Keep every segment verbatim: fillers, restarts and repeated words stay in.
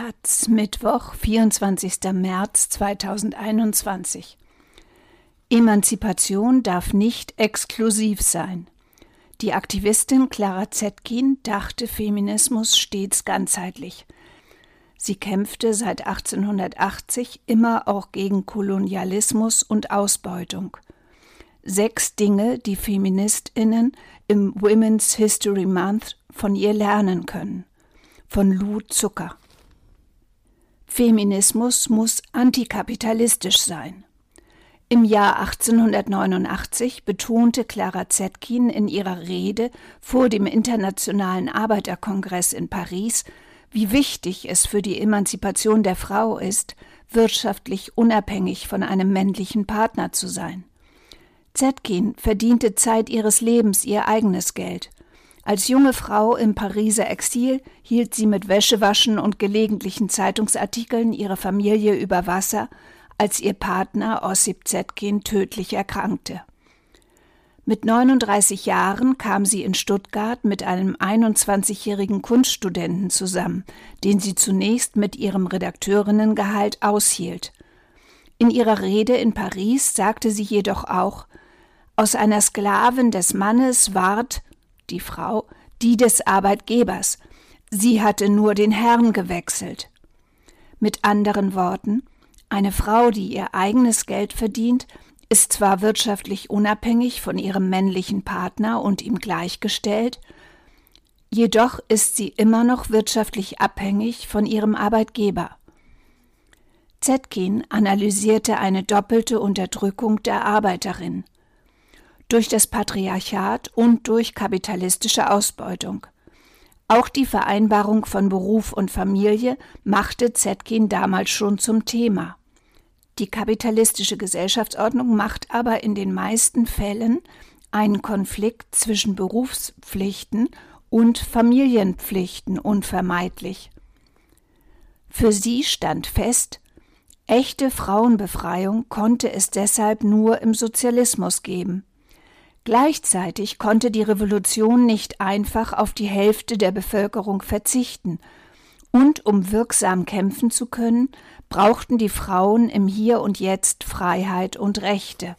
Taz, Mittwoch, vierundzwanzigster März zweitausendeinundzwanzig. Emanzipation darf nicht exklusiv sein. Die Aktivistin Clara Zetkin dachte Feminismus stets ganzheitlich. Sie kämpfte seit achtzehnhundertachtzig immer auch gegen Kolonialismus und Ausbeutung. Sechs Dinge, die FeministInnen im Women's History Month von ihr lernen können. Von Lou Zucker. Feminismus muss antikapitalistisch sein. Im Jahr achtzehnhundertneunundachtzig betonte Clara Zetkin in ihrer Rede vor dem Internationalen Arbeiterkongress in Paris, wie wichtig es für die Emanzipation der Frau ist, wirtschaftlich unabhängig von einem männlichen Partner zu sein. Zetkin verdiente Zeit ihres Lebens ihr eigenes Geld. Als junge Frau im Pariser Exil hielt sie mit Wäschewaschen und gelegentlichen Zeitungsartikeln ihre Familie über Wasser, als ihr Partner Ossip Zetkin tödlich erkrankte. Mit neununddreißig Jahren kam sie in Stuttgart mit einem einundzwanzigjährigen Kunststudenten zusammen, den sie zunächst mit ihrem Redakteurinnengehalt aushielt. In ihrer Rede in Paris sagte sie jedoch auch: Aus einer Sklavin des Mannes ward die Frau die des Arbeitgebers. Sie hatte nur den Herrn gewechselt. Mit anderen Worten: Eine Frau, die ihr eigenes Geld verdient, ist zwar wirtschaftlich unabhängig von ihrem männlichen Partner und ihm gleichgestellt, jedoch ist sie immer noch wirtschaftlich abhängig von ihrem Arbeitgeber. Zetkin analysierte eine doppelte Unterdrückung der Arbeiterin durch das Patriarchat und durch kapitalistische Ausbeutung. Auch die Vereinbarung von Beruf und Familie machte Zetkin damals schon zum Thema. Die kapitalistische Gesellschaftsordnung macht aber in den meisten Fällen einen Konflikt zwischen Berufspflichten und Familienpflichten unvermeidlich. Für sie stand fest, echte Frauenbefreiung konnte es deshalb nur im Sozialismus geben. Gleichzeitig konnte die Revolution nicht einfach auf die Hälfte der Bevölkerung verzichten, und um wirksam kämpfen zu können, brauchten die Frauen im Hier und Jetzt Freiheit und Rechte.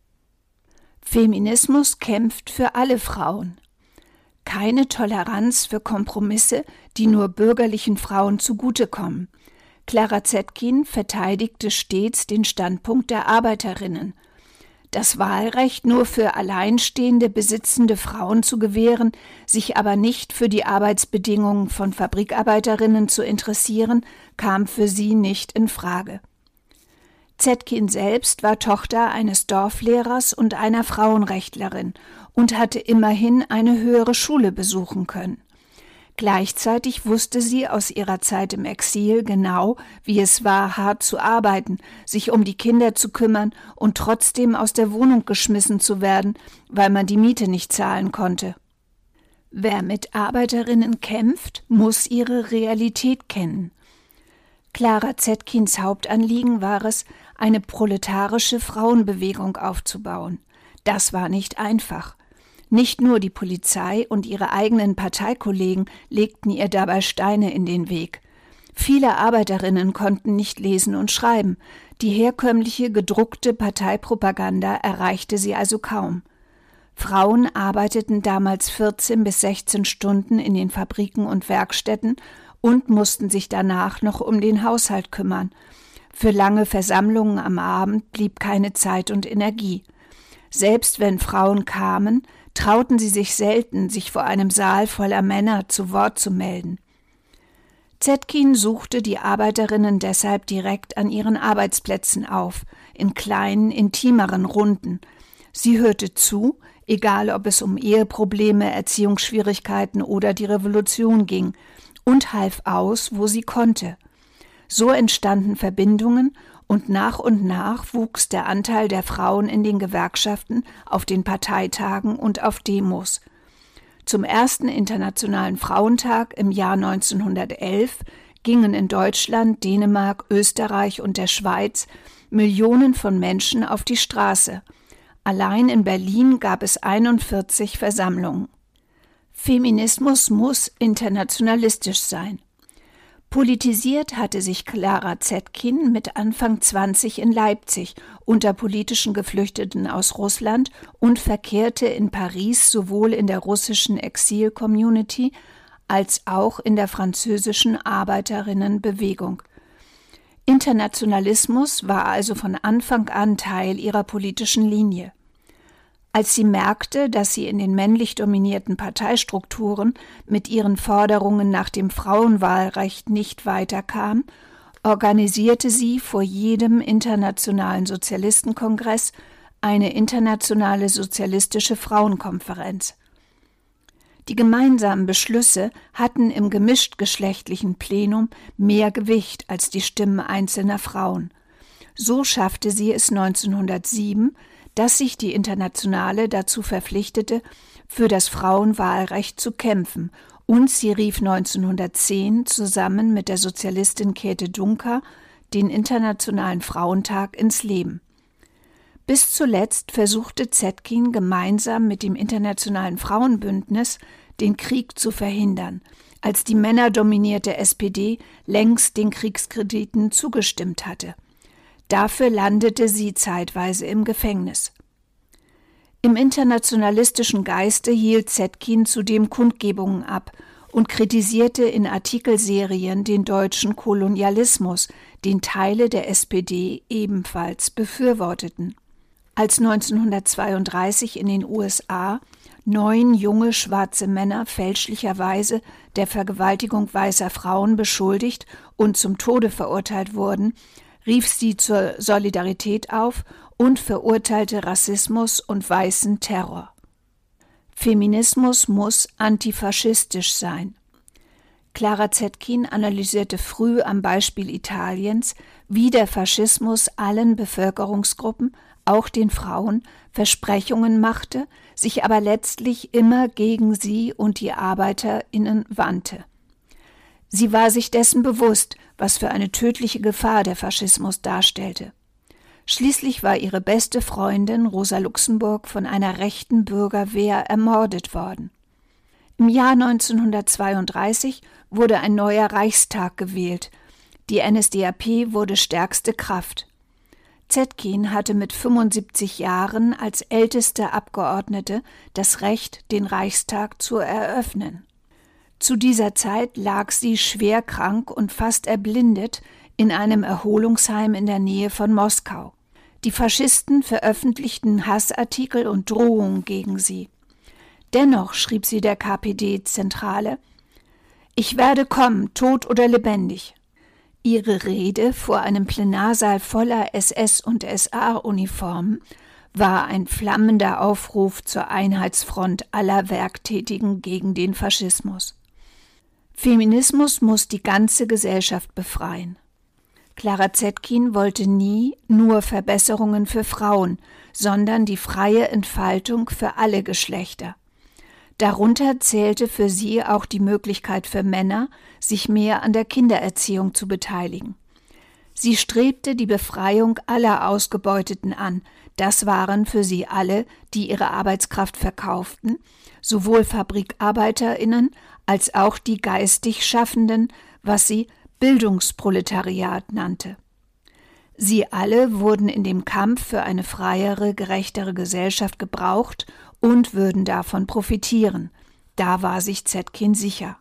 Feminismus kämpft für alle Frauen. Keine Toleranz für Kompromisse, die nur bürgerlichen Frauen zugutekommen. Clara Zetkin verteidigte stets den Standpunkt der Arbeiterinnen. Das Wahlrecht nur für alleinstehende, besitzende Frauen zu gewähren, sich aber nicht für die Arbeitsbedingungen von Fabrikarbeiterinnen zu interessieren, kam für sie nicht in Frage. Zetkin selbst war Tochter eines Dorflehrers und einer Frauenrechtlerin und hatte immerhin eine höhere Schule besuchen können. Gleichzeitig wusste sie aus ihrer Zeit im Exil genau, wie es war, hart zu arbeiten, sich um die Kinder zu kümmern und trotzdem aus der Wohnung geschmissen zu werden, weil man die Miete nicht zahlen konnte. Wer mit Arbeiterinnen kämpft, muss ihre Realität kennen. Clara Zetkins Hauptanliegen war es, eine proletarische Frauenbewegung aufzubauen. Das war nicht einfach. Nicht nur die Polizei und ihre eigenen Parteikollegen legten ihr dabei Steine in den Weg. Viele Arbeiterinnen konnten nicht lesen und schreiben. Die herkömmliche gedruckte Parteipropaganda erreichte sie also kaum. Frauen arbeiteten damals vierzehn bis sechzehn Stunden in den Fabriken und Werkstätten und mussten sich danach noch um den Haushalt kümmern. Für lange Versammlungen am Abend blieb keine Zeit und Energie. Selbst wenn Frauen kamen, trauten sie sich selten, sich vor einem Saal voller Männer zu Wort zu melden. Zetkin suchte die Arbeiterinnen deshalb direkt an ihren Arbeitsplätzen auf, in kleinen, intimeren Runden. Sie hörte zu, egal ob es um Eheprobleme, Erziehungsschwierigkeiten oder die Revolution ging, und half aus, wo sie konnte. So entstanden Verbindungen, und nach und nach wuchs der Anteil der Frauen in den Gewerkschaften, auf den Parteitagen und auf Demos. Zum ersten Internationalen Frauentag im Jahr neunzehnhundertelf gingen in Deutschland, Dänemark, Österreich und der Schweiz Millionen von Menschen auf die Straße. Allein in Berlin gab es einundvierzig Versammlungen. Feminismus muss internationalistisch sein. Politisiert hatte sich Clara Zetkin mit Anfang zwanzig in Leipzig unter politischen Geflüchteten aus Russland und verkehrte in Paris sowohl in der russischen Exil-Community als auch in der französischen Arbeiterinnenbewegung. Internationalismus war also von Anfang an Teil ihrer politischen Linie. Als sie merkte, dass sie in den männlich dominierten Parteistrukturen mit ihren Forderungen nach dem Frauenwahlrecht nicht weiterkam, organisierte sie vor jedem internationalen Sozialistenkongress eine internationale sozialistische Frauenkonferenz. Die gemeinsamen Beschlüsse hatten im gemischtgeschlechtlichen Plenum mehr Gewicht als die Stimmen einzelner Frauen. So schaffte sie es neunzehnhundertsieben, dass sich die Internationale dazu verpflichtete, für das Frauenwahlrecht zu kämpfen, und sie rief neunzehnhundertzehn zusammen mit der Sozialistin Käthe Duncker den Internationalen Frauentag ins Leben. Bis zuletzt versuchte Zetkin gemeinsam mit dem Internationalen Frauenbündnis den Krieg zu verhindern, als die männerdominierte S P D längst den Kriegskrediten zugestimmt hatte. Dafür landete sie zeitweise im Gefängnis. Im internationalistischen Geiste hielt Zetkin zudem Kundgebungen ab und kritisierte in Artikelserien den deutschen Kolonialismus, den Teile der S P D ebenfalls befürworteten. Als neunzehnhundertzweiunddreißig in den U S A neun junge schwarze Männer fälschlicherweise der Vergewaltigung weißer Frauen beschuldigt und zum Tode verurteilt wurden, rief sie zur Solidarität auf und verurteilte Rassismus und weißen Terror. Feminismus muss antifaschistisch sein. Clara Zetkin analysierte früh am Beispiel Italiens, wie der Faschismus allen Bevölkerungsgruppen, auch den Frauen, Versprechungen machte, sich aber letztlich immer gegen sie und die ArbeiterInnen wandte. Sie war sich dessen bewusst, was für eine tödliche Gefahr der Faschismus darstellte. Schließlich war ihre beste Freundin Rosa Luxemburg von einer rechten Bürgerwehr ermordet worden. Im Jahr neunzehnhundertzweiunddreißig wurde ein neuer Reichstag gewählt. Die N S D A P wurde stärkste Kraft. Zetkin hatte mit fünfundsiebzig Jahren als älteste Abgeordnete das Recht, den Reichstag zu eröffnen. Zu dieser Zeit lag sie schwer krank und fast erblindet in einem Erholungsheim in der Nähe von Moskau. Die Faschisten veröffentlichten Hassartikel und Drohungen gegen sie. Dennoch schrieb sie der K P D-Zentrale: »Ich werde kommen, tot oder lebendig.« Ihre Rede vor einem Plenarsaal voller S S- und S A-Uniformen war ein flammender Aufruf zur Einheitsfront aller Werktätigen gegen den Faschismus. Feminismus muss die ganze Gesellschaft befreien. Clara Zetkin wollte nie nur Verbesserungen für Frauen, sondern die freie Entfaltung für alle Geschlechter. Darunter zählte für sie auch die Möglichkeit für Männer, sich mehr an der Kindererziehung zu beteiligen. Sie strebte die Befreiung aller Ausgebeuteten an. Das waren für sie alle, die ihre Arbeitskraft verkauften, sowohl FabrikarbeiterInnen als auch die geistig Schaffenden, was sie Bildungsproletariat nannte. Sie alle wurden in dem Kampf für eine freiere, gerechtere Gesellschaft gebraucht und würden davon profitieren. Da war sich Zetkin sicher.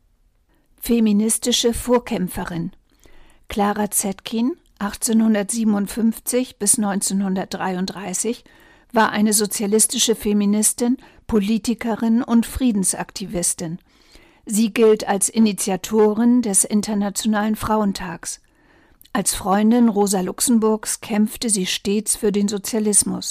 Feministische Vorkämpferin. Clara Zetkin, achtzehnhundertsiebenundfünfzig bis neunzehnhundertdreiunddreißig, war eine sozialistische Feministin, Politikerin und Friedensaktivistin. Sie gilt als Initiatorin des Internationalen Frauentags. Als Freundin Rosa Luxemburgs kämpfte sie stets für den Sozialismus.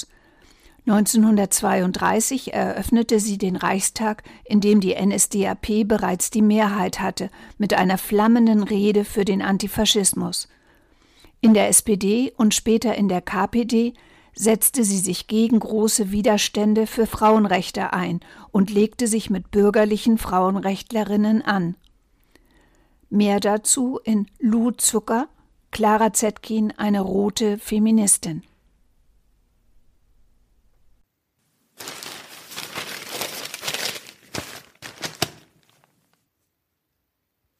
neunzehnhundertzweiunddreißig eröffnete sie den Reichstag, in dem die N S D A P bereits die Mehrheit hatte, mit einer flammenden Rede für den Antifaschismus. In der S P D und später in der K P D setzte sie sich gegen große Widerstände für Frauenrechte ein und legte sich mit bürgerlichen Frauenrechtlerinnen an. Mehr dazu in Lou Zucker, Clara Zetkin, eine rote Feministin.